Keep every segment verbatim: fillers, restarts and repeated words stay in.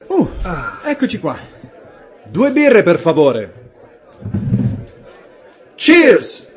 Uh, eccoci qua. Due birre, per favore. Cheers!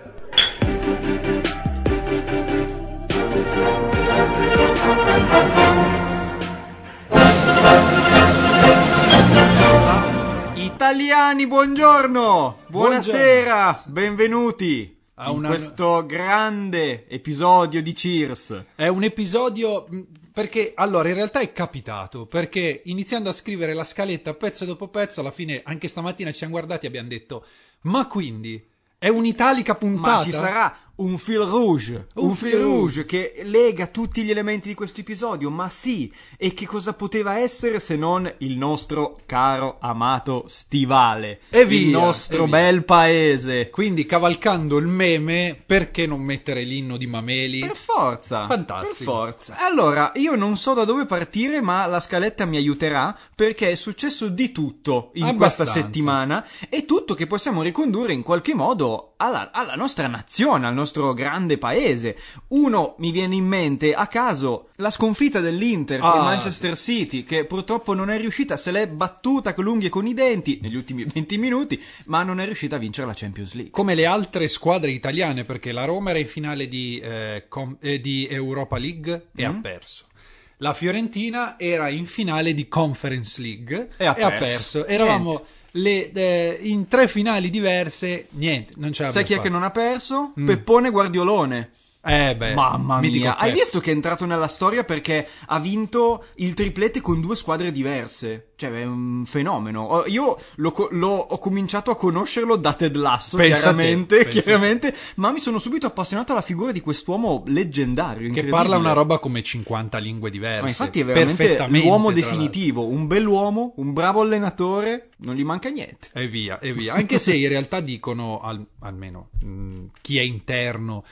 Italiani, buongiorno! Buonasera! Buongiorno. Benvenuti a in una... questo grande episodio di Cheers. È un episodio... Perché, allora, in realtà è capitato, perché iniziando a scrivere la scaletta pezzo dopo pezzo, alla fine, anche stamattina ci siamo guardati e abbiamo detto, ma quindi, è un'italica puntata? Ma ci sarà un fil rouge, un, un fil rouge che lega tutti gli elementi di questo episodio, ma sì, e che cosa poteva essere se non il nostro caro, amato stivale, e via, il nostro e bel via. Paese. Quindi, cavalcando il meme, perché non mettere l'inno di Mameli? Per forza, fantastico. Per forza. Allora, io non so da dove partire, ma la scaletta mi aiuterà, perché è successo di tutto in Abbastanza. questa settimana, e tutto che possiamo ricondurre in qualche modo alla, alla nostra nazione, al nostro grande paese. Uno mi viene in mente a caso la sconfitta dell'Inter con ah, il Manchester City, che purtroppo non è riuscita, se l'è battuta con l'unghie e con i denti negli ultimi venti minuti, ma non è riuscita a vincere la Champions League. Come le altre squadre italiane, perché la Roma era in finale di, eh, com- eh, di Europa League e mm. ha perso. La Fiorentina era in finale di Conference League e ha e perso. Ha perso. Eravamo le, eh, in tre finali diverse, niente, non ce l'abbiamo Sai chi è fatta. che non ha perso? Mm. Peppone Guardiolone. Eh beh, mamma mia, hai visto che è entrato nella storia perché ha vinto il triplete con due squadre diverse? Cioè, è un fenomeno. Io l'ho, l'ho, ho cominciato a conoscerlo da Ted Lasso, pensa chiaramente, te, chiaramente, ma mi sono subito appassionato alla figura di quest'uomo leggendario, che parla una roba come cinquanta lingue diverse. Ma infatti è veramente l'uomo definitivo, un bell'uomo, un bravo allenatore, non gli manca niente. E via, e via. Anche se in realtà dicono, al, almeno mh, chi è interno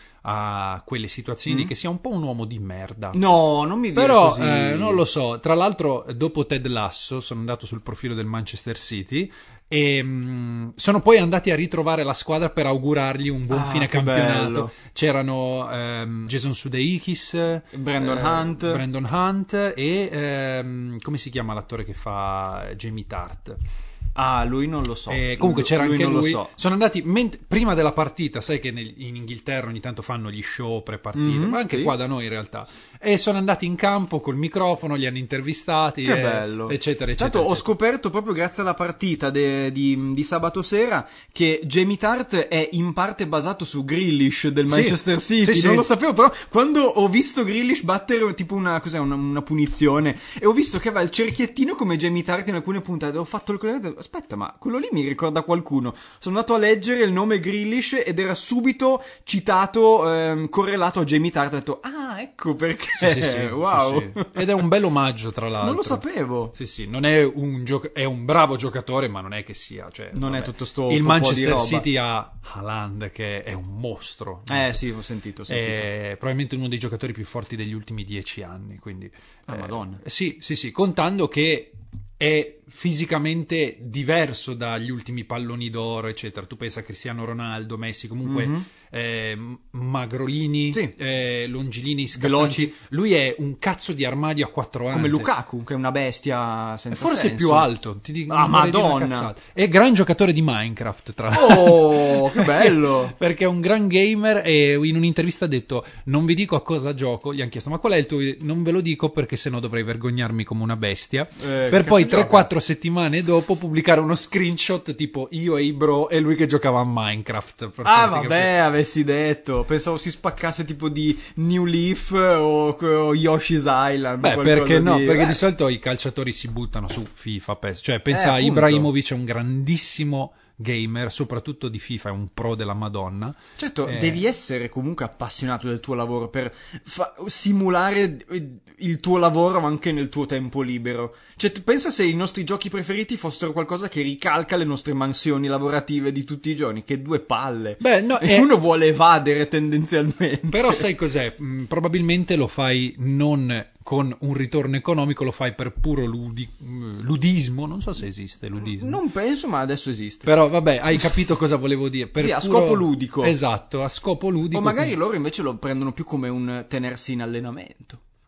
a quelle situazioni, mm. che sia un po' un uomo di merda. No, non mi dire Però, così. Eh, non lo so. Tra l'altro, dopo Ted Lasso, sono andato sul profilo del Manchester City e mh, sono poi andati a ritrovare la squadra per augurargli un buon ah, fine che campionato. bello. C'erano ehm, Jason Sudeikis, Brandon eh, Hunt, Brandon Hunt e ehm, come si chiama l'attore che fa Jamie Tart? Ah, lui non lo so. Eh, comunque c'era lui anche non lui. Lo so. Sono andati ment- prima della partita, sai che nel, in Inghilterra ogni tanto fanno gli show pre-partita, mm-hmm, ma anche sì. qua da noi in realtà. E sono andati in campo col microfono, li hanno intervistati. Che e, bello. Eccetera, eccetera. Tanto eccetera. ho scoperto proprio grazie alla partita de, di, di sabato sera che Jamie Tart è in parte basato su Grealish del sì. Manchester City. Sì, non sì. lo sapevo, però quando ho visto Grealish battere tipo una, cos'è, una, una punizione e ho visto che aveva il cerchiettino come Jamie Tart in alcune puntate, ho fatto il collegato, aspetta, ma quello lì mi ricorda qualcuno. Sono andato a leggere il nome Grealish ed era subito citato, ehm, correlato a Jamie Tart. Ho detto, ah, ecco perché. Sì, sì, sì, wow. sì, sì. Ed è un bel omaggio, tra l'altro. Non lo sapevo. Sì, sì, non è un gioco, è un bravo giocatore, ma non è che sia, cioè, non vabbè. è tutto sto il Manchester di roba. City ha Haaland che è un mostro. Eh sì, ho sentito, ho sentito. È probabilmente uno dei giocatori più forti degli ultimi dieci anni, quindi ah, eh, madonna. Sì, sì, sì, contando che è fisicamente diverso dagli ultimi palloni d'oro, eccetera. Tu pensa a Cristiano Ronaldo, Messi, comunque mm-hmm. eh, magrolini, sì. eh, longilini, veloci. Lui è un cazzo di armadio a quattro anni. Come Lukaku, che è una bestia senza Forse senso. più alto, ti dico. Ah, madonna. È gran giocatore di Minecraft, tra l'altro. Oh, che bello. Perché è un gran gamer e in un'intervista ha detto non vi dico a cosa gioco. Gli hanno chiesto ma qual è il tuo... Non ve lo dico perché sennò dovrei vergognarmi come una bestia. Eh, per poi tre quattro gioca? settimane dopo pubblicare uno screenshot tipo io e i bro e lui che giocava a Minecraft. Ah vabbè, avessi detto. Pensavo si spaccasse tipo di New Leaf o, o Yoshi's Island. Beh, perché no? Di... Perché eh. di solito i calciatori si buttano su FIFA, P E S. Cioè pensa eh, a Ibrahimovic, è un grandissimo gamer, soprattutto di FIFA, è un pro della Madonna. Certo, eh... devi essere comunque appassionato del tuo lavoro per fa- simulare il tuo lavoro anche nel tuo tempo libero. Cioè, pensa se i nostri giochi preferiti fossero qualcosa che ricalca le nostre mansioni lavorative di tutti i giorni. Che due palle. Beh, no, e è... uno vuole evadere tendenzialmente. Però sai cos'è? Mm, probabilmente lo fai non con un ritorno economico, lo fai per puro ludi- ludismo. Non so se esiste ludismo. Non penso, ma adesso esiste. Però vabbè, hai capito cosa volevo dire. Per sì, a puro... scopo ludico. Esatto, a scopo ludico. O magari quindi... loro invece lo prendono più come un tenersi in allenamento.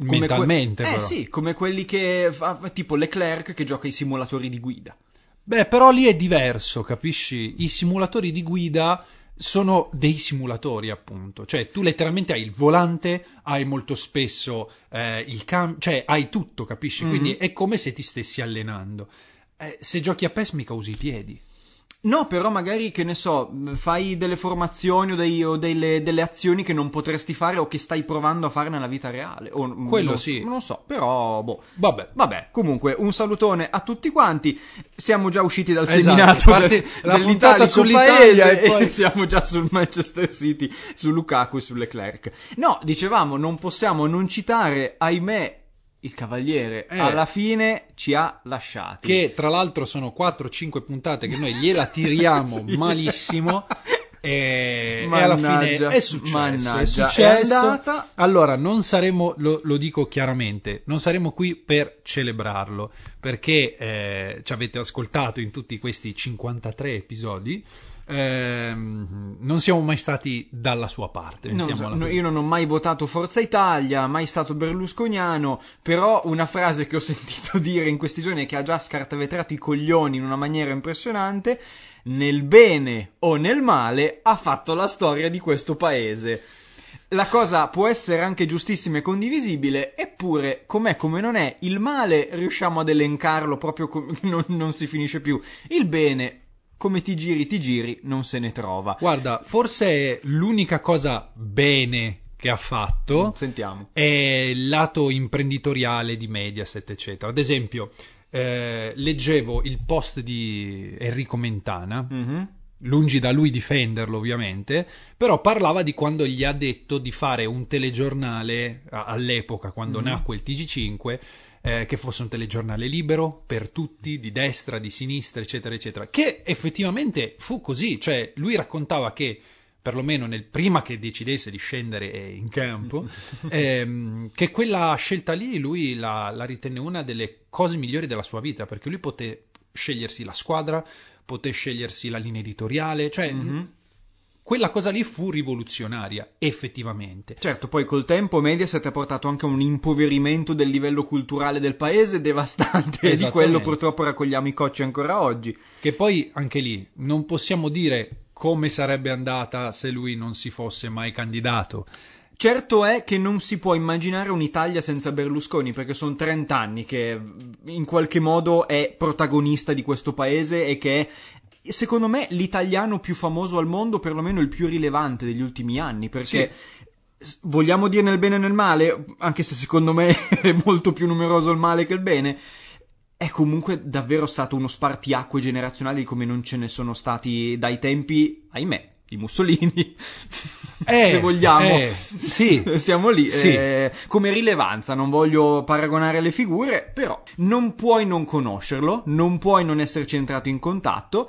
Come mentalmente, que- eh però. sì, come quelli che fa, tipo Leclerc che gioca i simulatori di guida. Beh, però lì è diverso, capisci? I simulatori di guida sono dei simulatori, appunto. Cioè, tu letteralmente hai il volante, hai molto spesso eh, il cambio, cioè hai tutto, capisci? Quindi Mm-hmm. è come se ti stessi allenando. Eh, se giochi a PES mica usi i piedi. No, però magari, che ne so, fai delle formazioni o, dei, o delle, delle azioni che non potresti fare o che stai provando a fare nella vita reale. O, Quello non, sì. Non so, però, boh. Vabbè. Vabbè, comunque, un salutone a tutti quanti. Siamo già usciti dal Esatto, seminato parte del, la dell'Italico puntata sull'Italia paese e poi- e siamo già sul Manchester City, su Lukaku e su Leclerc. No, dicevamo, non possiamo non citare, ahimè, il Cavaliere. Eh. Alla fine ci ha lasciati. Che tra l'altro sono quattro cinque puntate che noi gliela tiriamo Sì. malissimo. E, e alla Mannaggia, fine è successo, mannaggia, è successo. è andata. Allora non saremo, lo, lo dico chiaramente, non saremo qui per celebrarlo, perché eh, ci avete ascoltato in tutti questi cinquantatré episodi. Ehm, non siamo mai stati dalla sua parte, Non so, mettiamola no, così. io non ho mai votato Forza Italia, mai stato berlusconiano, però una frase che ho sentito dire in questi giorni e che ha già scartavetrato i coglioni in una maniera impressionante: nel bene o nel male ha fatto la storia di questo paese. La cosa può essere anche giustissima e condivisibile, eppure, com'è come non è, il male riusciamo ad elencarlo proprio come non, non si finisce più. Il bene, come ti giri ti giri, non se ne trova. Guarda, forse è l'unica cosa bene che ha fatto Sentiamo. è il lato imprenditoriale di Mediaset, eccetera. Ad esempio, eh, leggevo il post di Enrico Mentana, Mm-hmm. lungi da lui difenderlo ovviamente, però parlava di quando gli ha detto di fare un telegiornale a- all'epoca, quando Mm-hmm. nacque il T G cinque, eh, che fosse un telegiornale libero per tutti, di destra, di sinistra, eccetera, eccetera. Che effettivamente fu così, cioè lui raccontava che perlomeno nel prima che decidesse di scendere in campo, ehm, che quella scelta lì lui la, la ritenne una delle cose migliori della sua vita, perché lui poté scegliersi la squadra, poté scegliersi la linea editoriale, cioè Mm-hmm. quella cosa lì fu rivoluzionaria, effettivamente. Certo, poi col tempo Mediaset ha portato anche a un impoverimento del livello culturale del paese devastante, e di Esattamente. quello purtroppo raccogliamo i cocci ancora oggi. Che poi anche lì non possiamo dire come sarebbe andata se lui non si fosse mai candidato. Certo è che non si può immaginare un'Italia senza Berlusconi, perché sono trenta anni che in qualche modo è protagonista di questo paese e che è, secondo me, l'italiano più famoso al mondo, perlomeno il più rilevante degli ultimi anni, perché s- vogliamo dire nel bene e nel male, anche se secondo me è molto più numeroso il male che il bene, è comunque davvero stato uno spartiacque generazionale come non ce ne sono stati dai tempi, ahimè, di Mussolini, Eh, se vogliamo. eh, sì. Siamo lì. Sì. eh, come rilevanza, non voglio paragonare le figure, però non puoi non conoscerlo, non puoi non esserci entrato in contatto.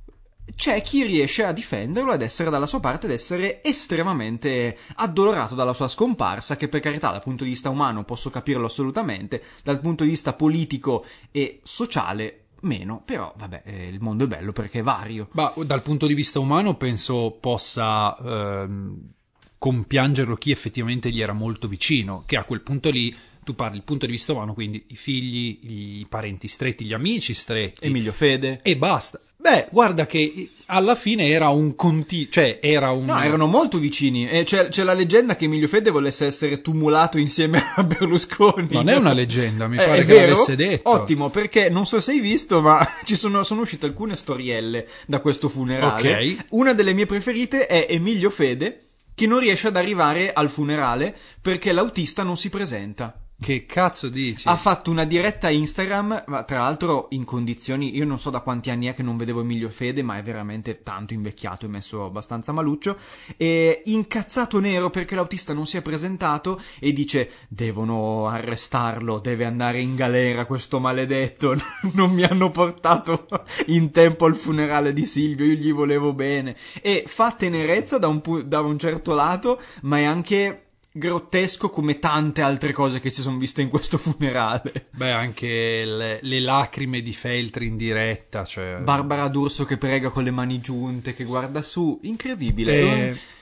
C'è chi riesce a difenderlo ed essere dalla sua parte ed essere estremamente addolorato dalla sua scomparsa, che per carità dal punto di vista umano posso capirlo assolutamente, dal punto di vista politico e sociale meno, però vabbè, eh, il mondo è bello perché è vario. Ma dal punto di vista umano penso possa ehm, compiangerlo chi effettivamente gli era molto vicino, che a quel punto lì tu parli il punto di vista umano, quindi i figli, i parenti stretti, gli amici stretti. Emilio Fede. E basta. Beh, guarda che alla fine era un conti, cioè era un... No, erano molto vicini. E c'è, c'è la leggenda che Emilio Fede volesse essere tumulato insieme a Berlusconi. Non è una leggenda, mi Eh, pare è che vero? l'avesse detto. Ottimo, perché non so se hai visto, ma ci sono, sono uscite alcune storielle da questo funerale. Ok. Una delle mie preferite è Emilio Fede, che non riesce ad arrivare al funerale perché l'autista non si presenta. Che cazzo dici? Ha fatto una diretta Instagram, ma tra l'altro in condizioni, io non so da quanti anni è che non vedevo Emilio Fede, ma è veramente tanto invecchiato e messo abbastanza maluccio, e incazzato nero perché l'autista non si è presentato e dice: devono arrestarlo, deve andare in galera questo maledetto, non mi hanno portato in tempo al funerale di Silvio, io gli volevo bene. E fa tenerezza da un, pu- da un certo lato, ma è anche grottesco come tante altre cose che si sono viste in questo funerale. Beh, anche le, le lacrime di Feltri in diretta, cioè... Barbara D'Urso che prega con le mani giunte, che guarda su, incredibile. Eh,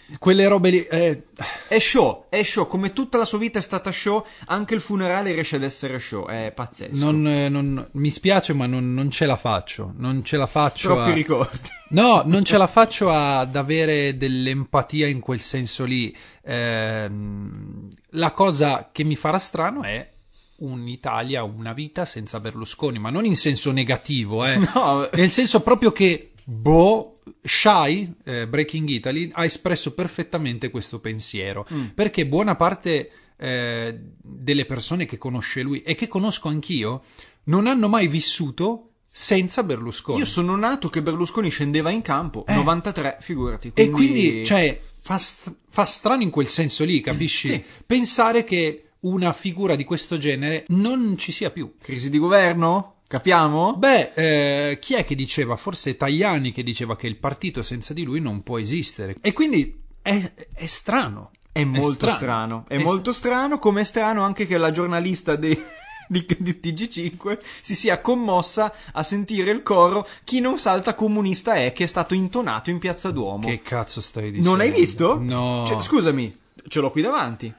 quelle robe lì... Eh... È show, è show, come tutta la sua vita è stata show, anche il funerale riesce ad essere show, è pazzesco. Non, eh, non, mi spiace, ma non, non ce la faccio, non ce la faccio Troppi a... ricordi. No, non ce la faccio ad avere dell'empatia in quel senso lì. Eh, la cosa che mi farà strano è un'Italia, una vita senza Berlusconi, ma non in senso negativo, eh. No. Nel senso proprio che, boh, Shai, eh, Breaking Italy, ha espresso perfettamente questo pensiero, mm. perché buona parte eh, delle persone che conosce lui e che conosco anch'io non hanno mai vissuto senza Berlusconi. Io sono nato che Berlusconi scendeva in campo, eh. novantatré, figurati. Quindi... E quindi, cioè, fa, st- fa strano in quel senso lì, capisci? Sì. Pensare che una figura di questo genere non ci sia più. Crisi di governo? Capiamo? Beh, eh, chi è che diceva? Forse Tajani che diceva che il partito senza di lui non può esistere. E quindi è, è strano. È molto è strano. strano. È, è molto st- strano, come è strano anche che la giornalista di, di, di T G cinque si sia commossa a sentire il coro "Chi non salta comunista è", che è stato intonato in Piazza Duomo. Che cazzo stai dicendo? Non hai visto? No. Cioè, scusami, ce l'ho qui davanti.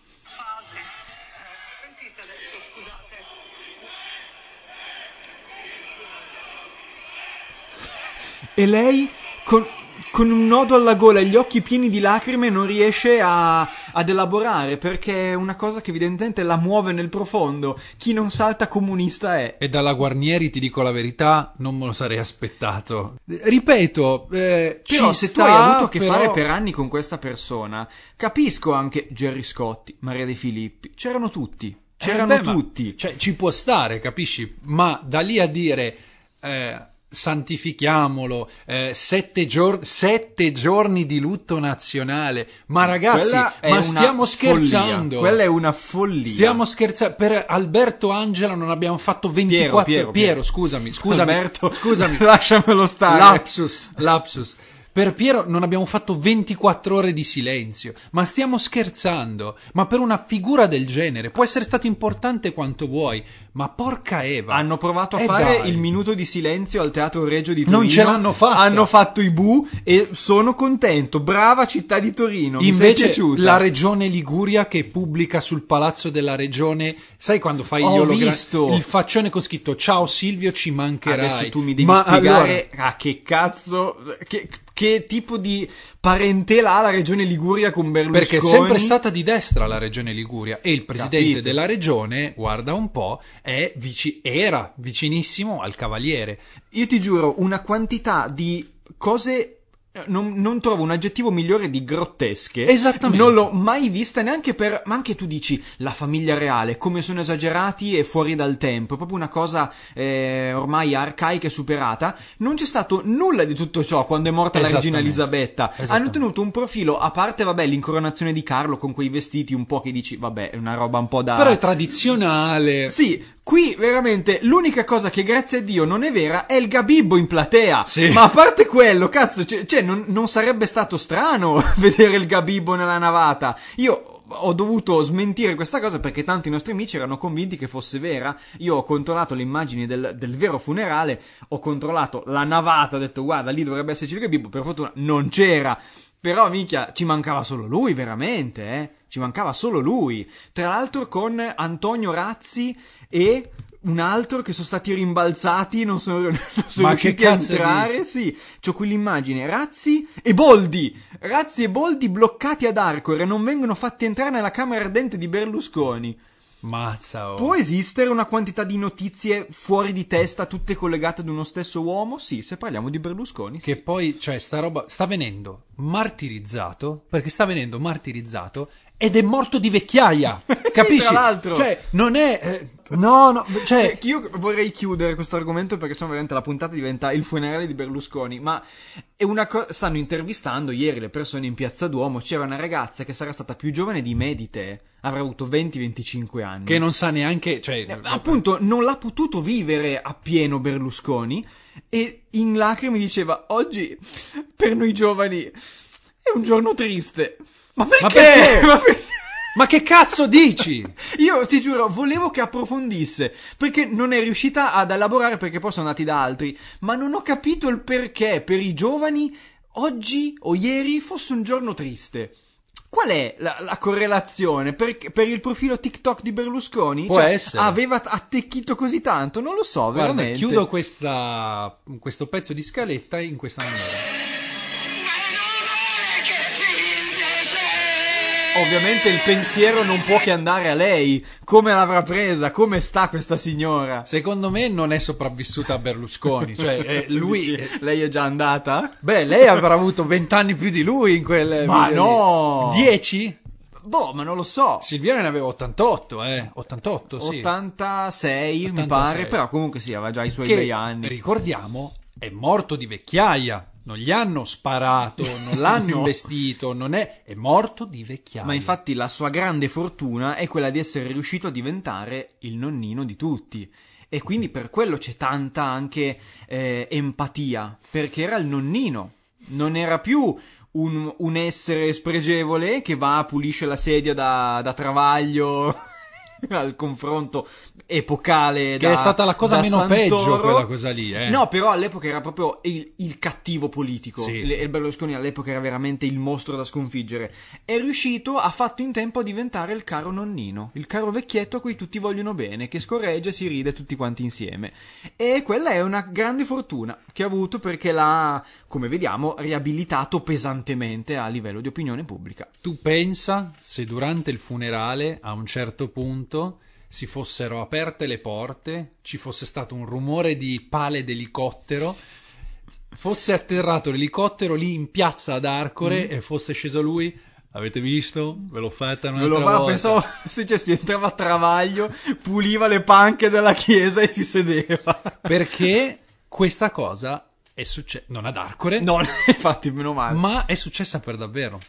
E lei, con, con un nodo alla gola e gli occhi pieni di lacrime, non riesce a, ad elaborare, perché è una cosa che evidentemente la muove nel profondo. Chi non salta comunista è. E dalla Guarnieri, ti dico la verità, non me lo sarei aspettato. Ripeto, eh, però ci se sta, tu hai avuto a che però... fare per anni con questa persona, capisco anche Gerry Scotti, Maria De Filippi, c'erano tutti. C'erano eh beh, tutti. Ma, cioè, ci può stare, capisci? Ma da lì a dire... Eh, santifichiamolo, eh, sette, gior- sette giorni di lutto nazionale, ma ragazzi, ma stiamo scherzando? Follia. Quella è una follia. Stiamo scherzando. Per Alberto Angela non abbiamo fatto ventiquattro. Piero, Piero, Piero, Piero. scusami, scusami, Alberto, scusami, lasciamelo stare. Lapsus, lapsus. Per Piero non abbiamo fatto ventiquattro ore di silenzio, ma stiamo scherzando? Ma per una figura del genere può essere stato importante quanto vuoi, ma porca Eva. Hanno provato a eh fare dai. il minuto di silenzio al Teatro Regio di Torino. Non ce l'hanno fatta. Hanno fatto i bu e sono contento. Brava città di Torino. Mi sei Invece piaciuta. la regione Liguria che pubblica sul palazzo della regione, sai quando fai Ho gli ologrammi, visto. il faccione con scritto "Ciao Silvio, ci mancherai". Adesso tu mi devi ma spiegare allora... a che cazzo, che, che tipo di parentela ha la regione Liguria con Berlusconi? Perché è sempre stata di destra la regione Liguria e il presidente Capito. della regione, guarda un po', è vici- era vicinissimo al Cavaliere. Io ti giuro, una quantità di cose... Non, non trovo un aggettivo migliore di grottesche. Esattamente. Non l'ho mai vista neanche per... Ma anche tu dici, la famiglia reale, come sono esagerati e fuori dal tempo. È proprio una cosa eh, ormai arcaica e superata. Non c'è stato nulla di tutto ciò quando è morta la regina Elisabetta. Hanno tenuto un profilo, a parte, vabbè, l'incoronazione di Carlo con quei vestiti un po' che dici, vabbè, è una roba un po' da... Però è tradizionale. Sì, qui veramente l'unica cosa che grazie a Dio non è vera è il gabibbo in platea. Sì. Ma a parte quello, cazzo, cioè, cioè non, non sarebbe stato strano vedere il gabibbo nella navata. Io ho dovuto smentire questa cosa perché tanti nostri amici erano convinti che fosse vera. Io ho controllato le immagini del, del vero funerale, ho controllato la navata, ho detto guarda lì dovrebbe esserci il gabibbo, per fortuna non c'era. Però minchia, ci mancava solo lui veramente, eh. Ci mancava solo lui. Tra l'altro con Antonio Razzi e un altro che sono stati rimbalzati, non sono, non sono Ma riusciti che a cazzo entrare. dici? Sì, c'ho quell'immagine. Razzi e Boldi. Razzi e Boldi bloccati ad Arcore e non vengono fatti entrare nella camera ardente di Berlusconi. Mazza, oh. Può esistere una quantità di notizie fuori di testa, tutte collegate ad uno stesso uomo? Sì, se parliamo di Berlusconi. Che sì. poi, cioè, sta roba sta venendo martirizzato, perché sta venendo martirizzato ed è morto di vecchiaia. Capisci? Sì, tra l'altro. Cioè, non è... Eh, no, no, cioè... Eh, Io vorrei chiudere questo argomento perché sennò veramente la puntata diventa il funerale di Berlusconi, ma è una cosa... Stanno intervistando ieri le persone in Piazza Duomo, c'era una ragazza che sarà stata più giovane di me e di te, avrà avuto venti venticinque anni. Che non sa neanche... Cioè, Eh, appunto, non l'ha potuto vivere appieno Berlusconi e in lacrime diceva oggi per noi giovani è un giorno triste. Ma perché? Ma perché? Ma perché? Ma che cazzo dici? Io ti giuro, volevo che approfondisse, perché non è riuscita ad elaborare perché poi sono andati da altri, ma non ho capito il perché per i giovani oggi o ieri fosse un giorno triste. Qual è la, la correlazione? Per, per il profilo TikTok di Berlusconi? Può Cioè, essere. aveva attecchito così tanto? Non lo so, Guarda, veramente. chiudo questa, questo pezzo di scaletta in questa maniera. Ovviamente il pensiero non può che andare a lei. Come l'avrà presa? Come sta questa signora? Secondo me non è sopravvissuta a Berlusconi, cioè eh, lui... Dici, lei è già andata? Beh, lei avrà avuto vent'anni più di lui in quel Ma video no! lì. dieci? Boh, ma non lo so. Silvione ne aveva ottantotto, eh. ottantotto, sì. ottantasei, mi ottantasei. pare, però comunque sì, aveva già i suoi Che, bei anni. ricordiamo, è morto di vecchiaia. Non gli hanno sparato, non l'hanno No. investito, non è... È morto di vecchiaia. Ma infatti la sua grande fortuna è quella di essere riuscito a diventare il nonnino di tutti. E quindi per quello c'è tanta anche eh, empatia, perché era il nonnino. Non era più un, un essere spregevole che va, pulisce la sedia da, da Travaglio al confronto epocale Che da, è stata la cosa da meno Santoro. peggio quella cosa lì, eh. No, però all'epoca era proprio il, il cattivo politico. Sì. Il, il Berlusconi all'epoca era veramente il mostro da sconfiggere. È riuscito, ha fatto in tempo a diventare il caro nonnino, il caro vecchietto a cui tutti vogliono bene, che scorreggia e si ride tutti quanti insieme. E quella è una grande fortuna che ha avuto, perché l'ha, come vediamo, riabilitato pesantemente a livello di opinione pubblica. Tu pensa se durante il funerale, a un certo punto, si fossero aperte le porte, ci fosse stato un rumore di pale d'elicottero, fosse atterrato l'elicottero lì in piazza ad Arcore mm. e fosse sceso lui, avete visto? Ve l'ho fatta un'altra Ve lo fa, volta. pensavo se cioè, si entrava a Travaglio, puliva le panche della chiesa e si sedeva. Perché questa cosa è successa, non ad Arcore, No, infatti, meno male. ma è successa per davvero.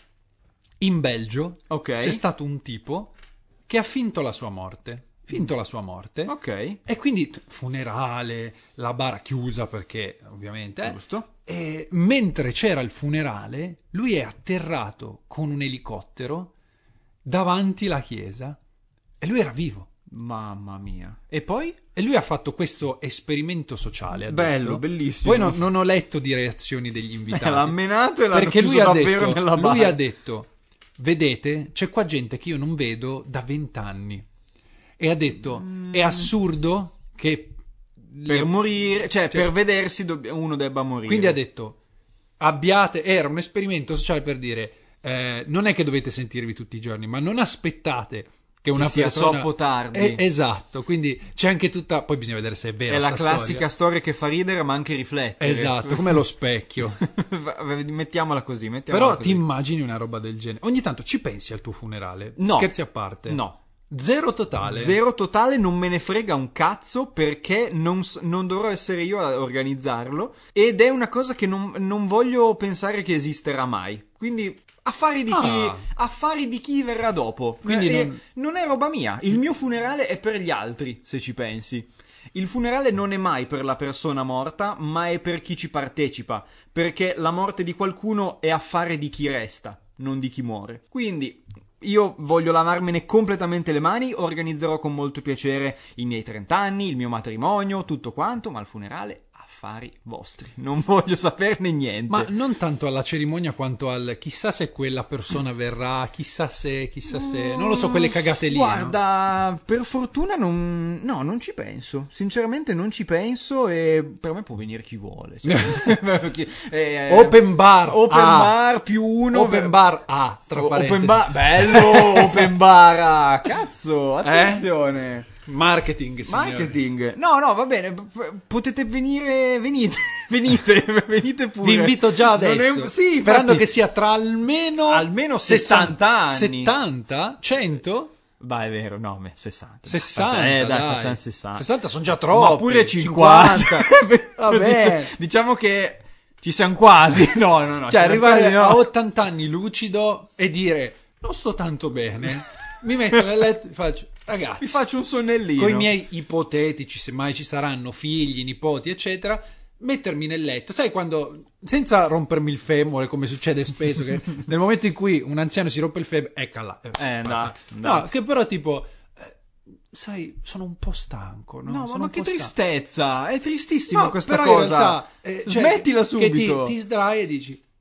In Belgio Ok. c'è stato un tipo che ha finto la sua morte. Finto la sua morte. Ok. E quindi t- funerale, la bara chiusa perché ovviamente... eh, Giusto. E mentre c'era il funerale, lui è atterrato con un elicottero davanti la chiesa e lui era vivo. Mamma mia. E poi? E lui ha fatto questo esperimento sociale. Ha Bello, detto. bellissimo. Poi no- non ho letto di reazioni degli invitati. Eh, l'ha menato e l'hanno perché lui chiuso ha, davvero detto, nella bara. lui ha detto, vedete, c'è qua gente che io non vedo da vent'anni. E ha detto, Mm. è assurdo che... Per morire, cioè, Cioè- per vedersi dobb- uno debba morire. Quindi ha detto, abbiate... Era un esperimento sociale per dire, eh, non è che dovete sentirvi tutti i giorni, ma non aspettate che una sia persona... troppo tardi. Eh, esatto, quindi c'è anche tutta... Poi bisogna vedere se è vera È la sta classica storia. storia che fa ridere ma anche riflettere. Esatto, come lo specchio. Mettiamola così, mettiamola Però così. ti immagini una roba del genere. Ogni tanto ci pensi al tuo funerale? No. Scherzi a parte? No. Zero totale? Zero totale, non me ne frega un cazzo, perché non, s- non dovrò essere io a organizzarlo, ed è una cosa che non, non voglio pensare che esisterà mai. Quindi affari di chi, Ah. affari di chi verrà dopo. Quindi Eh, non- non è roba mia. Il mio funerale è per gli altri, se ci pensi. Il funerale non è mai per la persona morta, ma è per chi ci partecipa, perché la morte di qualcuno è affare di chi resta, non di chi muore. Quindi io voglio lavarmene completamente le mani, organizzerò con molto piacere i miei trenta anni, il mio matrimonio, tutto quanto, ma il funerale affari vostri, non voglio saperne niente. Ma non tanto alla cerimonia quanto al chissà se quella persona verrà, chissà se, chissà se... Non lo so, quelle cagate lì. Guarda, per fortuna non... No, non ci penso. Sinceramente non ci penso, e per me può venire chi vuole. Cioè, perché, eh, no? Open bar. Open ah. bar più uno. Open bar A, tra O- parentesi. Open bar, bello, open bar. ah, Cazzo, attenzione. Marketing, signori. Marketing. No, no, va bene. p- Potete venire, venite, venite, venite pure. Vi invito già Non è adesso, un- sì, sperando infatti, che sia tra almeno... almeno sessanta anni. settanta? cento? Bah, è vero, no, me- sessanta. sessanta, Eh, dai, dai. facciamo sessanta. sessanta sono già troppi. Ma pure cinquanta. Vabbè. Diciamo che ci siamo quasi. No, no, no. Cioè, ci siamo arrivare quasi, no. a ottanta anni lucido e dire non sto tanto bene, mi metto nel letto e faccio ragazzi, Mi faccio un sonnellino. con i miei ipotetici, se mai ci saranno figli, nipoti, eccetera, mettermi nel letto, sai, quando senza rompermi il femore, come succede spesso, che nel momento in cui un anziano si rompe il femore, eccola. Eh, andate, No, andate. che però tipo eh, sai, sono un po' stanco, no? No, Sono ma un che po' stanco. tristezza. È tristissima No, questa però in cosa. realtà, eh, cioè, Smettila che subito. ti, ti sdrai e dici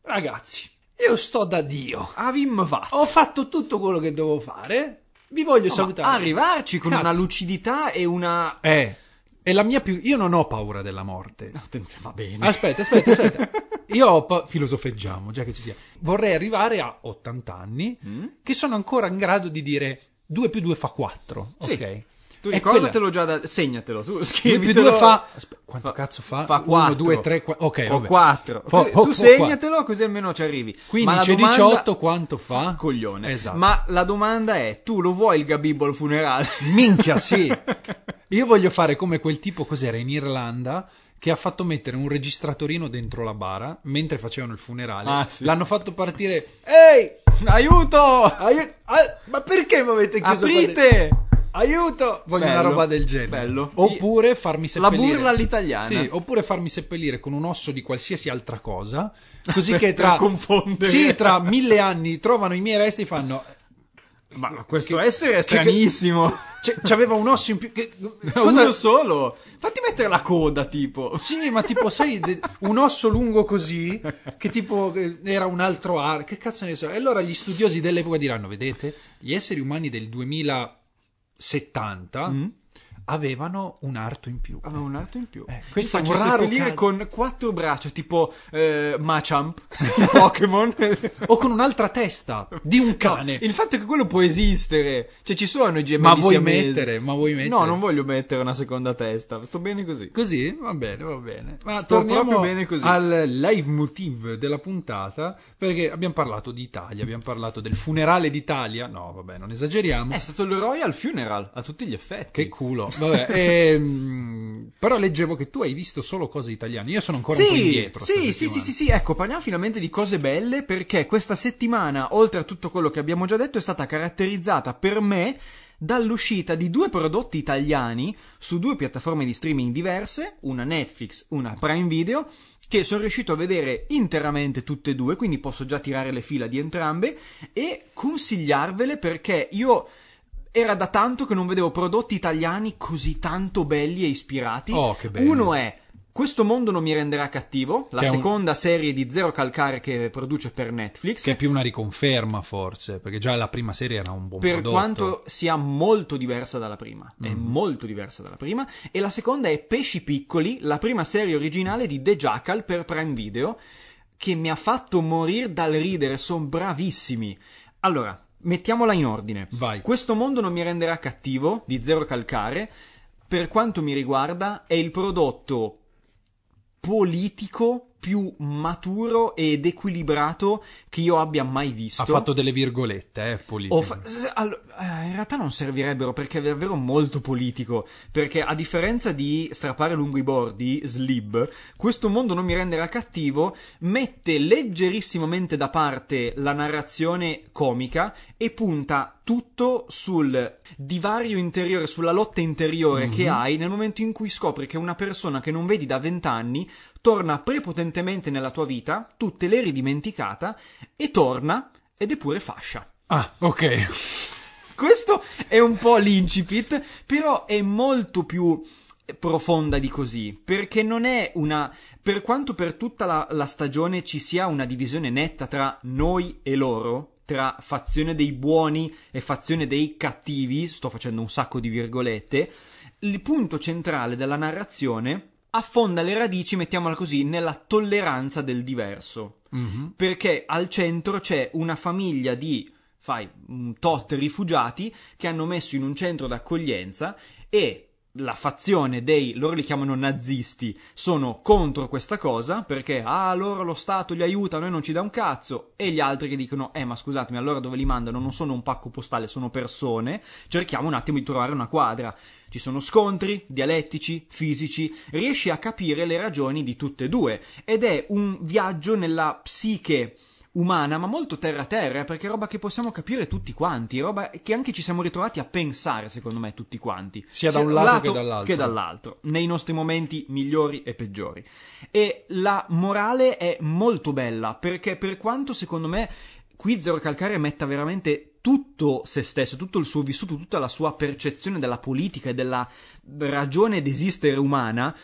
ragazzi, io sto da Dio. Avim fatto. Ho fatto tutto quello che dovevo fare. Vi voglio No, salutare. Arrivarci con Cazzo. una lucidità e una... Eh, è la mia più... Io non ho paura della morte. Attenzione, va bene. Aspetta, aspetta, aspetta. Io ho pa- filosofeggiamo, già che ci sia. Vorrei arrivare a ottanta anni Mm? che sono ancora in grado di dire due più due fa quattro. Sì. Ok. Tu È ricordatelo già da... Segnatelo, tu due scrivitelo. più due fa... Aspe- quanto Fa- cazzo fa? Fa uno, quattro. due, tre, quattro. Ok, Fa vabbè. quattro. Fa- tu fa- fa segnatelo così almeno ci arrivi. Ma la quindici e domanda- diciotto quanto fa? Coglione. Esatto. Ma la domanda è, tu lo vuoi il gabibbo al funerale? Minchia, sì. Io voglio fare come quel tipo, cos'era, in Irlanda, che ha fatto mettere un registratorino dentro la bara mentre facevano il funerale. Ah, sì. L'hanno fatto partire. Ehi! Aiuto! Aiuto! Ah, ma perché mi avete chiuso qua dentro? Aprite! Aiuto! Voglio Bello. una roba del genere. Bello. Oppure farmi La seppellire. burla all'italiana. Sì, oppure farmi seppellire con un osso di qualsiasi altra cosa. Così che Per tra. confondere. Sì, tra mille anni trovano i miei resti e fanno. Ma questo Che- essere è che- stranissimo. C'è- C'aveva un osso in più. Che, Uno solo. Fatti mettere la coda, tipo. Sì, ma tipo, sai, de- un osso lungo così, che tipo eh, era un altro ar... Che cazzo ne so? E allora gli studiosi dell'epoca diranno, vedete, gli esseri umani del duemilasettanta Mm. avevano un arto in più. Aveva un arto in più. Eh, questo Mi è un faccio raro seppellire caso. con quattro braccia, tipo eh, Machamp, di Pokémon. O con un'altra testa di un cane. No, il fatto è che quello può esistere. Cioè, ci sono i gemelli Ma vuoi siamesi. mettere? Ma vuoi mettere? No, non voglio mettere una seconda testa. Sto bene così. Così? Va bene, va bene. Ma Sto torniamo proprio bene così. al leitmotiv della puntata, perché abbiamo parlato di Italia, abbiamo parlato del funerale d'Italia. No, vabbè, non esageriamo. È stato il Royal Funeral, a tutti gli effetti. Che culo. Vabbè, ehm, però leggevo che tu hai visto solo cose italiane. Io sono ancora un po' Sì, indietro. sta sì, sì, settimana. sì, sì, sì, ecco, parliamo finalmente di cose belle perché questa settimana, oltre a tutto quello che abbiamo già detto, è stata caratterizzata per me dall'uscita di due prodotti italiani su due piattaforme di streaming diverse, una Netflix, una Prime Video, che sono riuscito a vedere interamente tutte e due, quindi posso già tirare le fila di entrambe e consigliarvele perché io... Era da tanto che non vedevo prodotti italiani così tanto belli e ispirati. Oh, che bello. Uno è Questo mondo non mi renderà cattivo, la Che è un- seconda serie di Zero Calcare che produce per Netflix. Che è più una riconferma, forse, perché già la prima serie era un buon Per prodotto. quanto sia molto diversa dalla prima, è molto diversa dalla prima. E la seconda è Pesci Piccoli, la prima serie originale di The Jackal per Prime Video, che mi ha fatto morire dal ridere, sono bravissimi. Allora, mettiamola in ordine. Vai. Questo mondo non mi renderà cattivo, di Zero Calcare, per quanto mi riguarda, è il prodotto politico più maturo ed equilibrato che io abbia mai visto. Ha fatto delle virgolette, eh, politiche. Ho fa- s- allo- eh, in realtà non servirebbero perché è davvero molto politico. Perché a differenza di Strappare lungo i bordi, Slib, Questo mondo non mi renderà cattivo mette leggerissimamente da parte la narrazione comica e punta tutto sul divario interiore, sulla lotta interiore che hai nel momento in cui scopri che una persona che non vedi da vent'anni torna prepotentemente nella tua vita, tu te l'eri dimenticata e torna ed è pure fascia. Ah, ok. Questo è un po' l'incipit, però è molto più profonda di così, perché non è una... Per quanto per tutta la, la stagione ci sia una divisione netta tra noi e loro, tra fazione dei buoni e fazione dei cattivi, sto facendo un sacco di virgolette, il punto centrale della narrazione affonda le radici, mettiamola così, nella tolleranza del diverso. Perché al centro c'è una famiglia di, fai, un tot rifugiati che hanno messo in un centro d'accoglienza e la fazione dei, loro li chiamano nazisti, sono contro questa cosa perché, ah, loro lo Stato li aiuta, a noi non ci dà un cazzo, e gli altri che dicono, eh, ma scusatemi, allora dove li mandano? Non sono un pacco postale, sono persone, cerchiamo un attimo di trovare una quadra. Ci sono scontri, dialettici, fisici, riesci a capire le ragioni di tutte e due, ed è un viaggio nella psiche umana, ma molto terra-terra, perché è roba che possiamo capire tutti quanti, roba che anche ci siamo ritrovati a pensare, secondo me, tutti quanti. Sia da un lato che dall'altro. Che dall'altro, nei nostri momenti migliori e peggiori. E la morale è molto bella, perché per quanto, secondo me, qui Zero Calcare metta veramente tutto se stesso, tutto il suo vissuto, tutta la sua percezione della politica e della ragione d'esistere umana,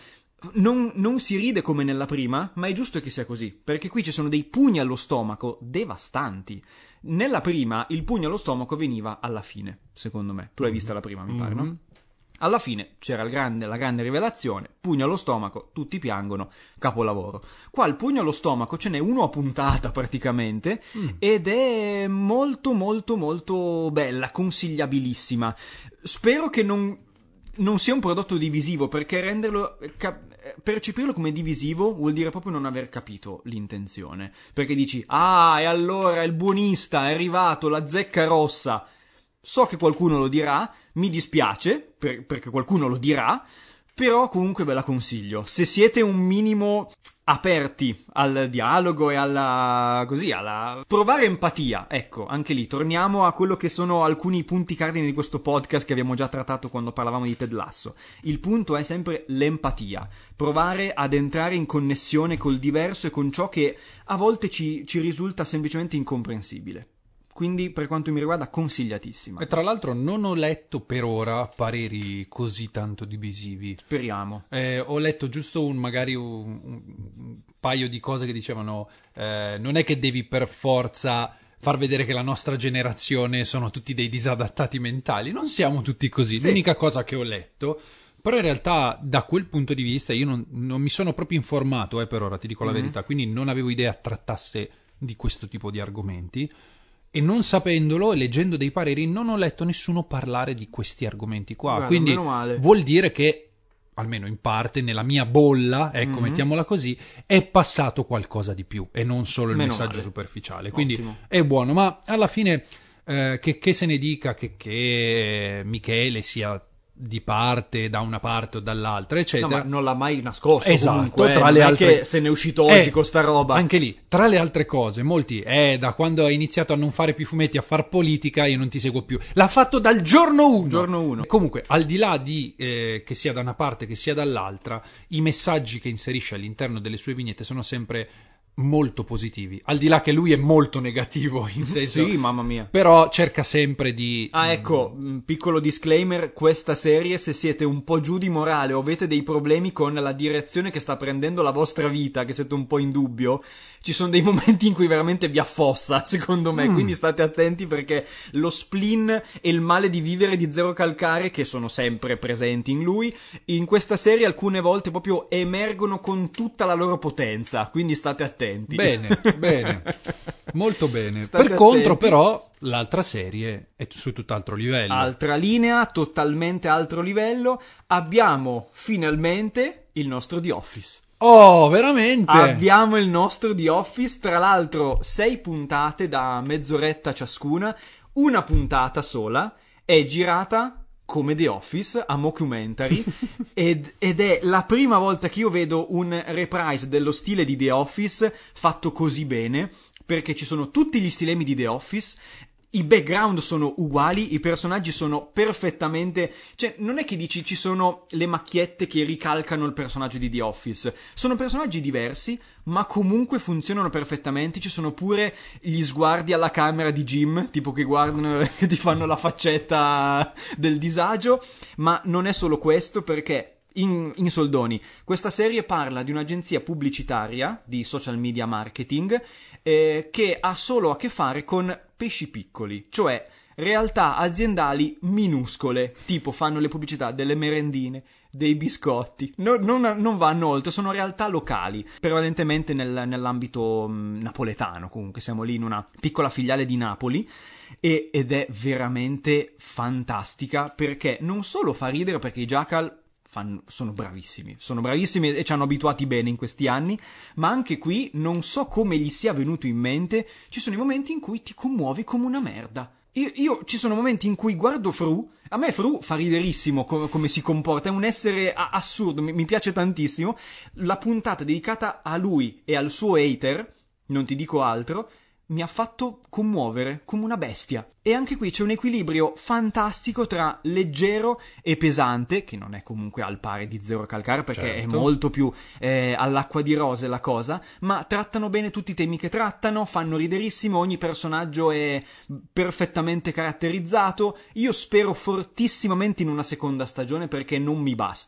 Non, non si ride come nella prima, ma è giusto che sia così, perché qui ci sono dei pugni allo stomaco devastanti. Nella prima il pugno allo stomaco veniva alla fine, secondo me. Tu l'hai vista la prima, mi pare, Mm-hmm. no? Alla fine c'era il grande, la grande rivelazione, pugno allo stomaco, tutti piangono, capolavoro. Qua il pugno allo stomaco ce n'è uno a puntata praticamente, mm. ed è molto molto molto bella, consigliabilissima. Spero che non... non sia un prodotto divisivo, perché renderlo cap- percepirlo come divisivo vuol dire proprio non aver capito l'intenzione, perché dici ah, e allora il buonista è arrivato, la zecca rossa. So che qualcuno lo dirà, mi dispiace per- perché qualcuno lo dirà, però comunque ve la consiglio. Se siete un minimo aperti al dialogo e alla così alla provare empatia, ecco, anche lì torniamo a quello che sono alcuni punti cardine di questo podcast che abbiamo già trattato quando parlavamo di Ted Lasso. Il punto è sempre l'empatia, provare ad entrare in connessione col diverso e con ciò che a volte ci, ci risulta semplicemente incomprensibile. Quindi, per quanto mi riguarda, consigliatissima. E tra l'altro non ho letto per ora pareri così tanto divisivi. Speriamo. Eh, ho letto giusto un magari un, un paio di cose che dicevano eh, non è che devi per forza far vedere che la nostra generazione sono tutti dei disadattati mentali. Non siamo tutti così. Sì. L'unica cosa che ho letto... Però in realtà da quel punto di vista io non, non mi sono proprio informato, eh, per ora, ti dico la Mm-hmm. verità. Quindi non avevo idea trattasse di questo tipo di argomenti. E non sapendolo e leggendo dei pareri non ho letto nessuno parlare di questi argomenti qua. Guarda, quindi meno male. vuol dire che, almeno in parte, nella mia bolla, ecco, Mm-hmm. mettiamola così, è passato qualcosa di più e non solo il Meno messaggio male. superficiale. Quindi Ottimo. è buono, ma alla fine eh, che, che se ne dica che, che Michele sia di parte, da una parte o dall'altra, No, eccetera. ma non l'ha mai nascosto. Esatto, comunque, eh. tra Non le è altre che se ne è uscito oggi Eh, con sta roba. Anche lì, tra le altre cose, molti eh, da quando ha iniziato a non fare più fumetti, a far politica, io non ti seguo più. L'ha fatto dal giorno uno. Giorno uno. Comunque, al di là di eh, che sia da una parte che sia dall'altra, i messaggi che inserisce all'interno delle sue vignette sono sempre molto positivi, al di là che lui è molto negativo in senso, Sì, mamma mia. però cerca sempre di Ah, ecco, un piccolo disclaimer, questa serie, se siete un po' giù di morale o avete dei problemi con la direzione che sta prendendo la vostra vita, che siete un po' in dubbio, ci sono dei momenti in cui veramente vi affossa, secondo me, Mm. quindi state attenti perché lo spleen e il male di vivere di Zero Calcare, che sono sempre presenti in lui, in questa serie alcune volte proprio emergono con tutta la loro potenza, quindi state attenti. Bene, bene, molto bene. State Per contro, attenti. però, l'altra serie è su tutt'altro livello. Altra linea, totalmente altro livello. Abbiamo finalmente il nostro The Office. Oh, veramente? Abbiamo il nostro The Office, tra l'altro sei puntate da mezz'oretta ciascuna, una puntata sola, è girata come The Office, a mockumentary, ed, ed è la prima volta che io vedo un reprise dello stile di The Office fatto così bene, perché ci sono tutti gli stilemi di The Office, i background sono uguali, i personaggi sono perfettamente... Cioè, non è che dici ci sono le macchiette che ricalcano il personaggio di The Office. Sono personaggi diversi, ma comunque funzionano perfettamente. Ci sono pure gli sguardi alla camera di Jim, tipo che guardano, che ti fanno la faccetta del disagio. Ma non è solo questo, perché... In, in soldoni, questa serie parla di un'agenzia pubblicitaria di social media marketing eh, che ha solo a che fare con pesci piccoli, cioè realtà aziendali minuscole, tipo fanno le pubblicità delle merendine, dei biscotti, no, non, non vanno oltre, sono realtà locali, prevalentemente nel, nell'ambito mh, napoletano, comunque siamo lì in una piccola filiale di Napoli. E, ed è veramente fantastica perché non solo fa ridere, perché i Jackal Fanno, sono bravissimi, sono bravissimi e ci hanno abituati bene in questi anni, ma anche qui non so come gli sia venuto in mente, ci sono i momenti in cui ti commuovi come una merda. Io, io ci sono momenti in cui guardo Fru, a me Fru fa riderissimo come, come si comporta, è un essere a- assurdo, mi, mi piace tantissimo. La puntata dedicata a lui e al suo hater, non ti dico altro, mi ha fatto commuovere come una bestia. E anche qui c'è un equilibrio fantastico tra leggero e pesante, che non è comunque al pari di Zero Calcare, perché Certo. è molto più eh, all'acqua di rose la cosa, ma trattano bene tutti i temi che trattano, fanno riderissimo, ogni personaggio è perfettamente caratterizzato. Io spero fortissimamente in una seconda stagione, perché non mi basta.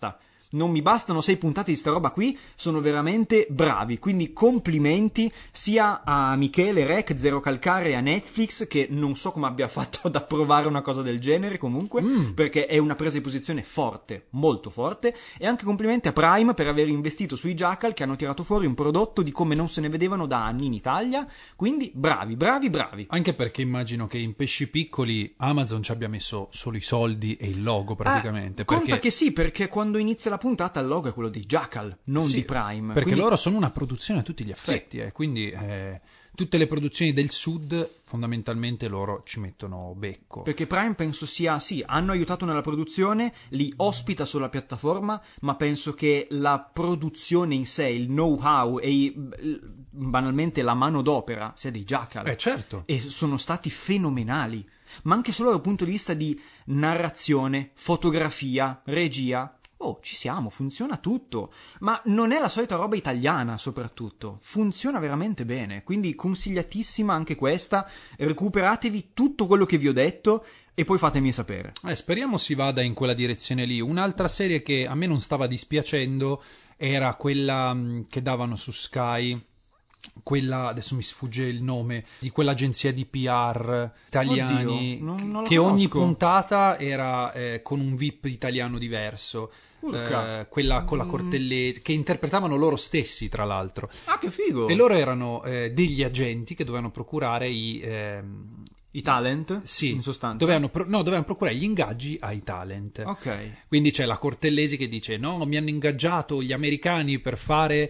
non mi bastano sei puntate di sta roba qui, sono veramente bravi, quindi complimenti sia a Michele Rec, Zero Calcare e a Netflix, che non so come abbia fatto ad approvare una cosa del genere comunque, mm. perché è una presa di posizione forte, molto forte, e anche complimenti a Prime per aver investito sui Jackal, che hanno tirato fuori un prodotto di come non se ne vedevano da anni in Italia, quindi bravi, bravi, bravi. Anche perché immagino che in pesci piccoli Amazon ci abbia messo solo i soldi e il logo praticamente. Ah, conta perché... che sì, perché quando inizia la puntata il logo è quello dei Jackal, non sì, di Prime. Perché quindi... loro sono una produzione a tutti gli effetti, sì. eh, quindi eh, tutte le produzioni del sud fondamentalmente loro ci mettono becco. Perché Prime penso sia, sì, hanno aiutato nella produzione, li ospita sulla piattaforma, ma penso che la produzione in sé, il know-how e i, banalmente la manodopera sia dei Jackal. Eh certo. E sono stati fenomenali. Ma anche solo dal punto di vista di narrazione, fotografia, regia. Oh, ci siamo, funziona tutto. Ma non è la solita roba italiana, soprattutto. Funziona veramente bene. Quindi consigliatissima anche questa. Recuperatevi tutto quello che vi ho detto e poi fatemi sapere. Eh, speriamo si vada in quella direzione lì. Un'altra serie che a me non stava dispiacendo era quella mh, che davano su Sky. Quella, adesso mi sfugge il nome, di quell'agenzia di P R italiani. Oddio, non, non che conosco. Ogni puntata era eh, con un V I P italiano diverso. Eh, quella con la Cortellesi, che interpretavano loro stessi tra l'altro. Ah, che figo! E loro erano eh, degli agenti che dovevano procurare i ehm, i talent? Sì, in sostanza. Dovevano, pro- no, dovevano procurare gli ingaggi ai talent. Ok. Quindi c'è la Cortellesi che dice: no, mi hanno ingaggiato gli americani per fare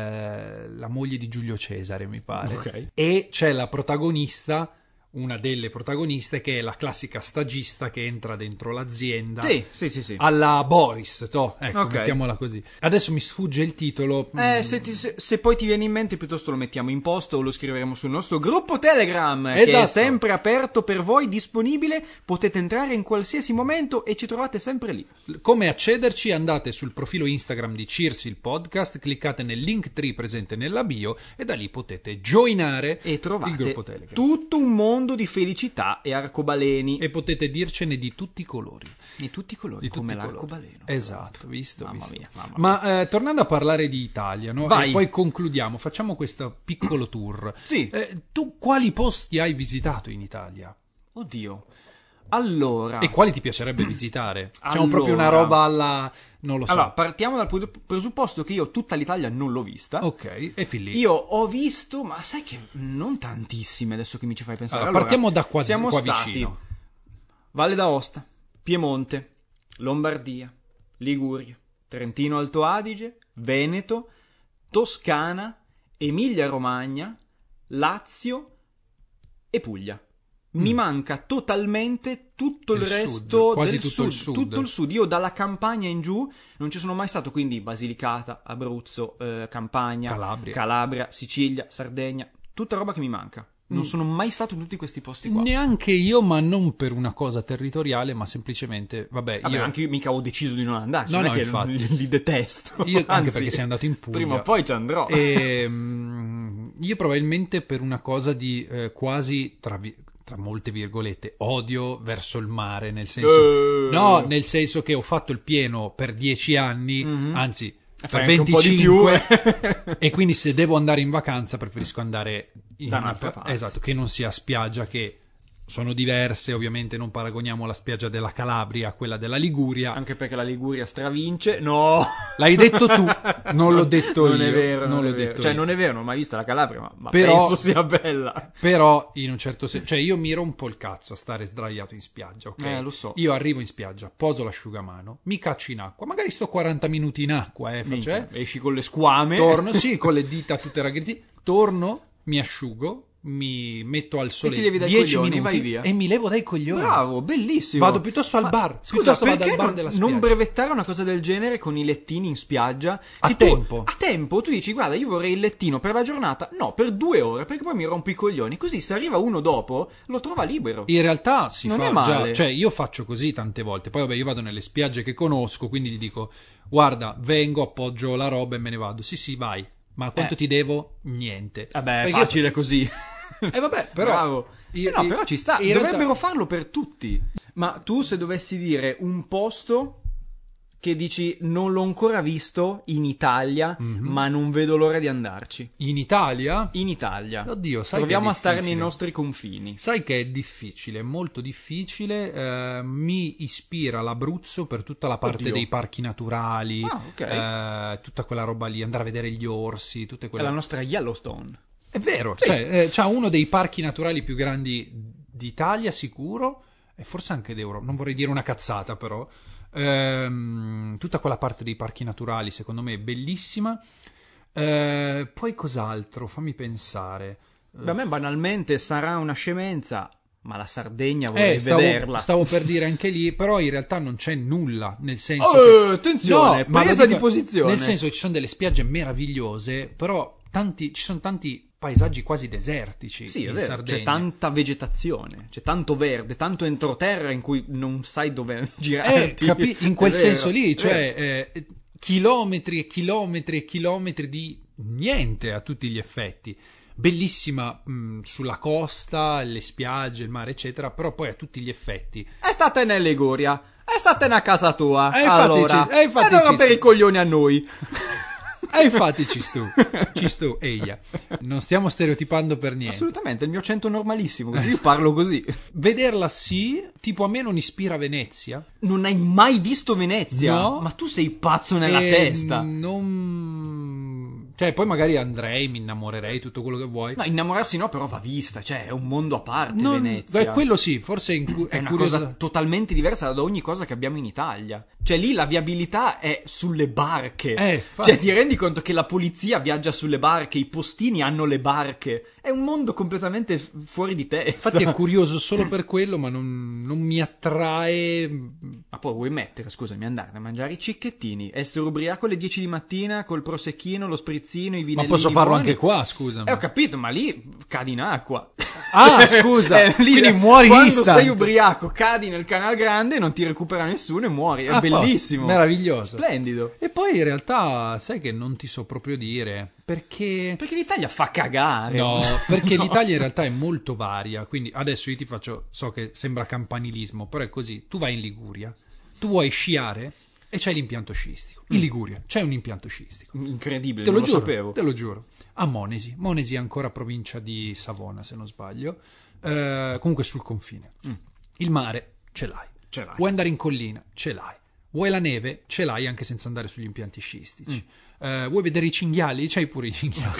eh, la moglie di Giulio Cesare, mi pare. Ok. E c'è la protagonista, una delle protagoniste, che è la classica stagista che entra dentro l'azienda. Sì, sì, sì, sì. Alla Boris, to, ecco, Ok. mettiamola così. Adesso mi sfugge il titolo. Eh, se, ti- se- se poi ti viene in mente, piuttosto lo mettiamo in posto o lo scriveremo sul nostro gruppo Telegram, che Esatto. è sempre aperto per voi, disponibile. Potete entrare in qualsiasi momento e ci trovate sempre lì. Come accederci? Andate sul profilo Instagram di Cirsi il podcast, cliccate nel link tree presente nella bio e da lì potete joinare E trovate il gruppo Telegram. tutto un mondo di felicità e arcobaleni. E potete dircene di tutti i colori. Di tutti i colori, Di come tutti i l'arcobaleno. Esatto, visto, Mamma visto. mia, mamma Ma eh, tornando a parlare di Italia, no? Vai. E poi concludiamo, facciamo questo piccolo tour. Sì. Eh, tu quali posti hai visitato in Italia? Oddio. Allora... E quali ti piacerebbe visitare? Facciamo Allora. proprio una roba alla... non lo so. Allora, partiamo dal pre- presupposto che io tutta l'Italia non l'ho vista. Ok, e fin lì. Io ho visto, ma sai che non tantissime adesso che mi ci fai pensare. Allora, partiamo da qua, siamo qua stati vicino. Valle d'Aosta, Piemonte, Lombardia, Liguria, Trentino Alto Adige, Veneto, Toscana, Emilia Romagna, Lazio e Puglia. Mi Mm. manca totalmente tutto il, Il resto sud, quasi del tutto sud, il sud. tutto il sud. Io dalla Campania in giù non ci sono mai stato, quindi Basilicata, Abruzzo, eh, Campania, Calabria. Calabria, Sicilia, Sardegna, tutta roba che mi manca. Non Mm. sono mai stato in tutti questi posti qua. Neanche io, ma non per una cosa territoriale, ma semplicemente, vabbè, Vabbè, io... anche io mica ho deciso di non andarci, No, non no, è che infatti. li, li detesto. Io- anche Anzi, perché sei andato in Puglia. Prima o poi ci andrò. E, mm, io probabilmente per una cosa di eh, quasi, tra, vi- tra molte virgolette, odio verso il mare, nel senso... Eh. No, nel senso che ho fatto il pieno per dieci anni, Mhm. anzi... Fai Per anche un po' di più, venticinque, e quindi se devo andare in vacanza preferisco andare in Da una un'altra pa- parte. esatto, che non sia spiaggia, che sono diverse, ovviamente non paragoniamo la spiaggia della Calabria a quella della Liguria. Anche perché la Liguria stravince. No! L'hai detto tu, non l'ho detto non io. È vero, non, non è l'ho vero. detto Cioè, io. non è vero, non ho mai vista la Calabria, ma, ma Però- penso sia bella. Però in un certo senso, cioè io mi rompo il cazzo a stare sdraiato in spiaggia, ok? Eh, lo so. Io arrivo in spiaggia, poso l'asciugamano, mi caccio in acqua, magari sto quaranta minuti in acqua, eh, faccio, Minchia, eh. esci con le squame. Torno, sì, con le dita tutte raggrinzite, torno, mi asciugo, mi metto al sole E ti levi dai dieci coglioni, minuti vai via. e mi levo dai coglioni. Bravo, bellissimo. Vado piuttosto al Ma, bar, Scusa, piuttosto vado perché al bar non, della non spiaggia. brevettare una cosa del genere con i lettini in spiaggia? A Che tu- tempo. a tempo, tu dici, guarda, io vorrei il lettino per la giornata. No, per due ore, perché poi mi rompo i coglioni. Così se arriva uno dopo, lo trova libero. In realtà si Non fa è male. già, cioè io faccio così tante volte, poi vabbè io vado nelle spiagge che conosco, quindi gli dico guarda vengo, appoggio la roba e me ne vado, sì sì vai, ma quanto Eh. ti devo? Niente. Vabbè, è Perché io- facile così. Eh vabbè, però... Bravo. io- Eh no, io- però ci sta. in realtà- Dovrebbero farlo per tutti. Ma tu, se dovessi dire un posto che dici non l'ho ancora visto in Italia, Mhm. ma non vedo l'ora di andarci? In Italia? In Italia. Oddio, sai Proviamo che è a stare nei difficile. nostri confini. Sai che è difficile, molto difficile. eh, mi ispira l'Abruzzo per tutta la parte Oddio. dei parchi naturali, Ah, ok. eh, tutta quella roba lì, andare a vedere gli orsi, tutte È quelle... la nostra Yellowstone. È vero, cioè, eh, c'ha uno dei parchi naturali più grandi d'Italia sicuro, e forse anche d'Europa, non vorrei dire una cazzata però. Ehm, tutta quella parte dei parchi naturali secondo me è bellissima. Eh, poi cos'altro? Fammi pensare. Beh, a me banalmente sarà una scemenza, ma la Sardegna vorrei Eh, stavo, vederla. stavo per dire anche lì, però in realtà non c'è nulla, nel senso Oh, che... attenzione, ma presa lo dico- di posizione. Nel senso che ci sono delle spiagge meravigliose, però tanti, ci sono tanti paesaggi quasi desertici Sì, è in vero, Sardegna. c'è tanta vegetazione, c'è tanto verde, tanto entroterra in cui non sai dove Eh, girarti. capi- in quel È vero, senso lì, è cioè vero. eh, chilometri e chilometri e chilometri di niente a tutti gli effetti. Bellissima mh, sulla costa, le spiagge, il mare, eccetera, però poi a tutti gli effetti. È stata in Liguria, è stata in a casa tua. Eh, infatti allora, ci- eh, infatti e non ci rompere sta. i coglioni a noi. E infatti ci sto, ci sto, eia. Non stiamo stereotipando per niente. Assolutamente, il mio accento normalissimo, così io parlo così. Vederla sì, tipo a me non ispira Venezia. Non hai mai visto Venezia? No. Ma tu sei pazzo nella E testa. Non... Cioè, poi magari andrei, mi innamorerei, tutto quello che vuoi. No, innamorarsi no, però va vista, cioè è un mondo a parte Non- Venezia. Beh, quello sì, forse in cu- È è una curioso. cosa totalmente diversa da ogni cosa che abbiamo in Italia. Cioè lì la viabilità è sulle barche. Eh, infatti. Cioè ti rendi conto che la polizia viaggia sulle barche, i postini hanno le barche. È un mondo completamente f- fuori di testa. Infatti è curioso solo per quello, ma non, non mi attrae. Ma poi vuoi mettere, scusami, andare a mangiare i cicchettini, essere ubriaco alle dieci di mattina col prosecchino, lo sprizzino, i Ma vinellini posso farlo buoni. anche qua, scusami. Eh, ho capito, ma lì cadi in acqua. Ah, scusa, Eh, lì, quindi muori quando instant. sei ubriaco, cadi nel canal grande, non ti recupera nessuno e muori. È Ah, bellissimo. posto, meraviglioso. Splendido. E poi in realtà, sai che non ti so proprio dire, perché... Perché l'Italia fa cagare. No, perché No. l'Italia in realtà è molto varia, quindi adesso io ti faccio, so che sembra campanilismo, però è così, tu vai in Liguria, tu vuoi sciare e c'hai l'impianto sciistico, in Liguria c'è un impianto sciistico, Incredibile, te lo non giuro, lo sapevo. te lo giuro, a Monesi, Monesi è ancora provincia di Savona se non sbaglio, eh, comunque sul confine, Mm. il mare ce l'hai, Ce l'hai. vuoi andare in collina, ce l'hai. Vuoi la neve? Ce l'hai anche senza andare sugli impianti sciistici. Mm. Eh, vuoi vedere i cinghiali? C'hai pure i cinghiali.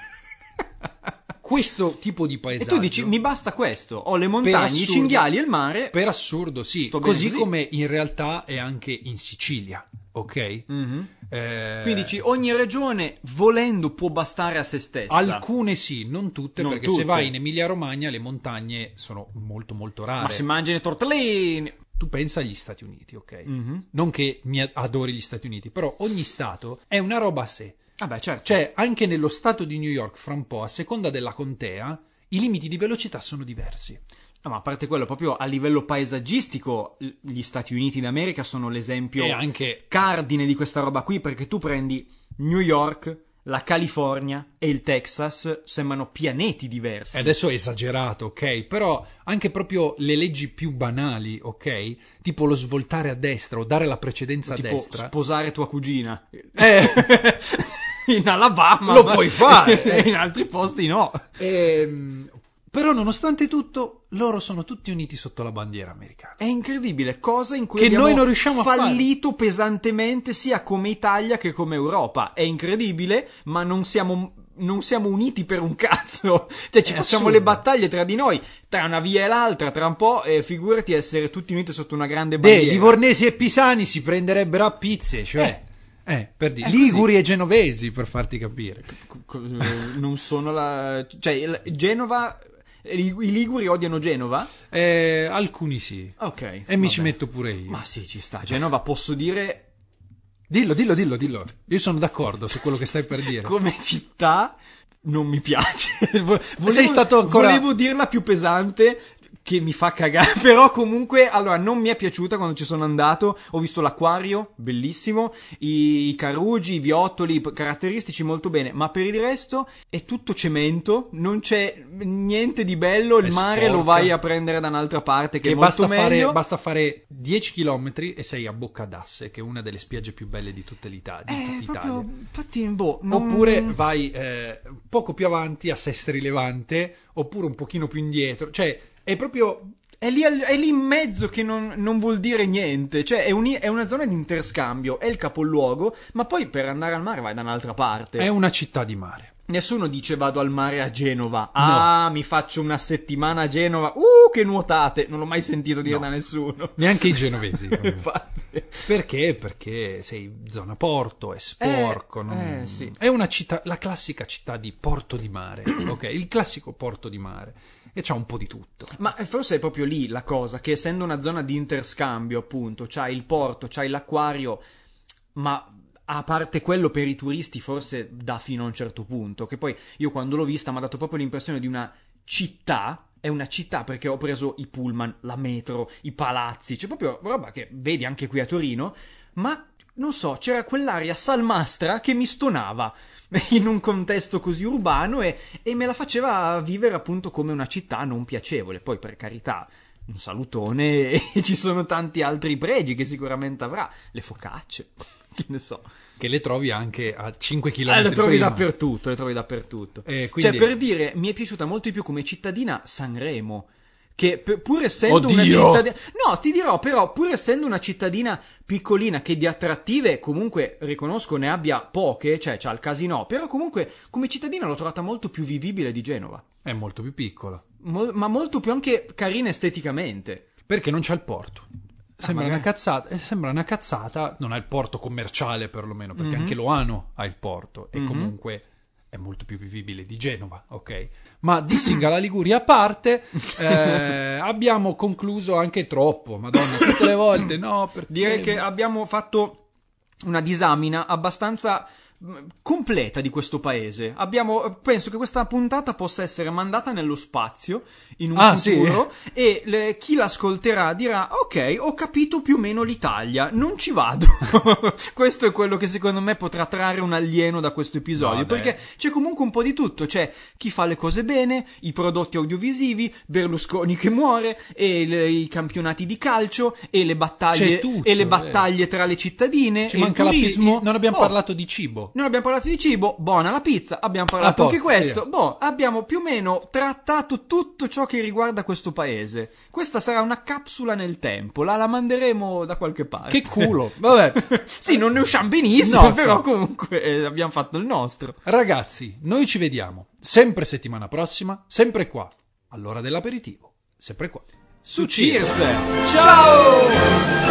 Questo tipo di E paesaggio. tu dici, mi basta questo. Ho le montagne, i assurdo- cinghiali e il mare. Per assurdo, sì. Sto bene Così così. come in realtà è anche in Sicilia, ok? Mhm. Eh, Quindi dici, ogni regione, volendo, può bastare a se stessa. alcune sì, non tutte, Non perché tutte. se vai in Emilia-Romagna le montagne sono molto molto rare. Ma si mangiano i tortellini. Tu pensa agli Stati Uniti, ok? Mhm. Non che mi adori gli Stati Uniti, però ogni stato è una roba a sé. Vabbè, certo. Cioè, anche nello stato di New York, fra un po', a seconda della contea, i limiti di velocità sono diversi. No, ma a parte quello, proprio a livello paesaggistico, l- gli Stati Uniti d'America sono l'esempio E anche cardine di questa roba qui, perché tu prendi New York, la California e il Texas, sembrano pianeti diversi. E adesso è esagerato, ok? Però anche proprio le leggi più banali, ok? Tipo lo svoltare a destra o dare la precedenza tipo a destra. sposare tua cugina. Eh, In Alabama Lo ma- puoi fare. e in altri posti no. ehm, però nonostante tutto, loro sono tutti uniti sotto la bandiera americana. È incredibile, cosa in cui Che abbiamo noi non riusciamo a fare. fallito pesantemente sia come Italia che come Europa. È incredibile, ma non siamo, non siamo uniti per un cazzo. Cioè ci È facciamo assurdo. le battaglie tra di noi, tra una via e l'altra, tra un po', e figurati essere tutti uniti sotto una grande bandiera. De, livornesi e pisani si prenderebbero a pizze, cioè... Eh, per dire, è così. liguri e genovesi, per farti capire. Co- co- non sono la... Cioè, il- Genova... I i Liguri odiano Genova? Eh, alcuni sì. Ok. E mi ci vabbè. metto pure io. Ma sì, ci sta. Genova posso dire... Dillo, dillo, dillo, dillo. Io sono d'accordo su quello che stai per dire. Come città non mi piace. Vo- volevo, Sei stato ancora- volevo dirla più pesante, che mi fa cagare, però comunque, allora, non mi è piaciuta quando ci sono andato, ho visto l'acquario, bellissimo, i, i carugi, i viottoli, caratteristici molto bene, ma per il resto è tutto cemento, non c'è niente di bello, il È mare sporca. lo vai a prendere da un'altra parte, che, Che è molto basta fare, meglio. basta fare dieci chilometri e sei a Boccadasse, che è una delle spiagge più belle di tutta l'Italia. Di Eh, tutta proprio, Italia. infatti, boh, non- Oppure vai eh, poco più avanti a Sestri Levante, oppure un pochino più indietro. Cioè, è proprio... È lì, al- è lì in mezzo che non, non vuol dire niente, cioè è, un- è una zona di interscambio, è il capoluogo, ma poi per andare al mare vai da un'altra parte. È una città di mare. Nessuno dice vado al mare a Genova, ah mi faccio una settimana a Genova, uh che nuotate, non l'ho mai sentito dire No. da nessuno. Neanche i genovesi. Infatti. Perché? Perché sei zona porto, è sporco. Eh, non- eh, sì. È una città, la classica città di porto di mare, ok? Il classico porto di mare. E c'ha un po' di tutto. Ma forse è proprio lì la cosa, che essendo una zona di interscambio, appunto, c'hai il porto, c'hai l'acquario, ma a parte quello per i turisti forse dà fino a un certo punto, che poi io quando l'ho vista mi ha dato proprio l'impressione di una città, è una città perché ho preso i pullman, la metro, i palazzi, c'è proprio roba che vedi anche qui a Torino, ma non so, c'era quell'aria salmastra che mi stonava in un contesto così urbano e, e me la faceva vivere appunto come una città non piacevole. Poi per carità, un salutone e ci sono tanti altri pregi che sicuramente avrà, le focacce, che ne so. Che le trovi anche a cinque Eh, chilometri le trovi prima. dappertutto, le trovi dappertutto. Eh, quindi- Cioè, per dire, mi è piaciuta molto di più come cittadina Sanremo. Che pe- pur essendo una Oddio! cittadina... No, ti dirò, però, pur essendo una cittadina piccolina che di attrattive comunque, riconosco, ne abbia poche, cioè c'ha il casino, però comunque come cittadina l'ho trovata molto più vivibile di Genova. È molto più piccola. Mol- ma molto più anche carina esteticamente. Perché non c'è il porto. Sembra magari. una cazzata, eh, sembra una cazzata, non ha il porto commerciale perlomeno, perché Mhm. anche Loano ha il porto e Mhm. comunque è molto più vivibile di Genova, ok? Ma dissing alla Liguria a parte, eh, abbiamo concluso anche troppo, madonna, tutte le volte, no? Perché... Direi che abbiamo fatto una disamina abbastanza mh, completa di questo paese. Abbiamo, penso che questa puntata possa essere mandata nello spazio in un Ah, futuro e le- chi l'ascolterà dirà ok, ho capito più o meno l'Italia, non ci vado. Questo è quello che secondo me potrà trarre un alieno da questo episodio, No, dai. perché c'è comunque un po' di tutto, c'è chi fa le cose bene, i prodotti audiovisivi, Berlusconi che muore e le- i campionati di calcio e le battaglie C'è tutto, e le eh. battaglie tra le cittadine Ci e il manca la pi- turismo. non abbiamo Oh, parlato di cibo. non abbiamo parlato di cibo, buona la pizza, abbiamo parlato A anche posto, questo. via. Boh, abbiamo più o meno trattato tutto ciò che riguarda questo paese. Questa sarà una capsula nel tempo, la, la manderemo da qualche parte. Che culo, vabbè. Sì, non ne usciamo benissimo, No, però no. comunque eh, abbiamo fatto il nostro. Ragazzi, noi ci vediamo sempre settimana prossima, sempre qua, all'ora dell'aperitivo, sempre qua. Su Cheers! Ciao!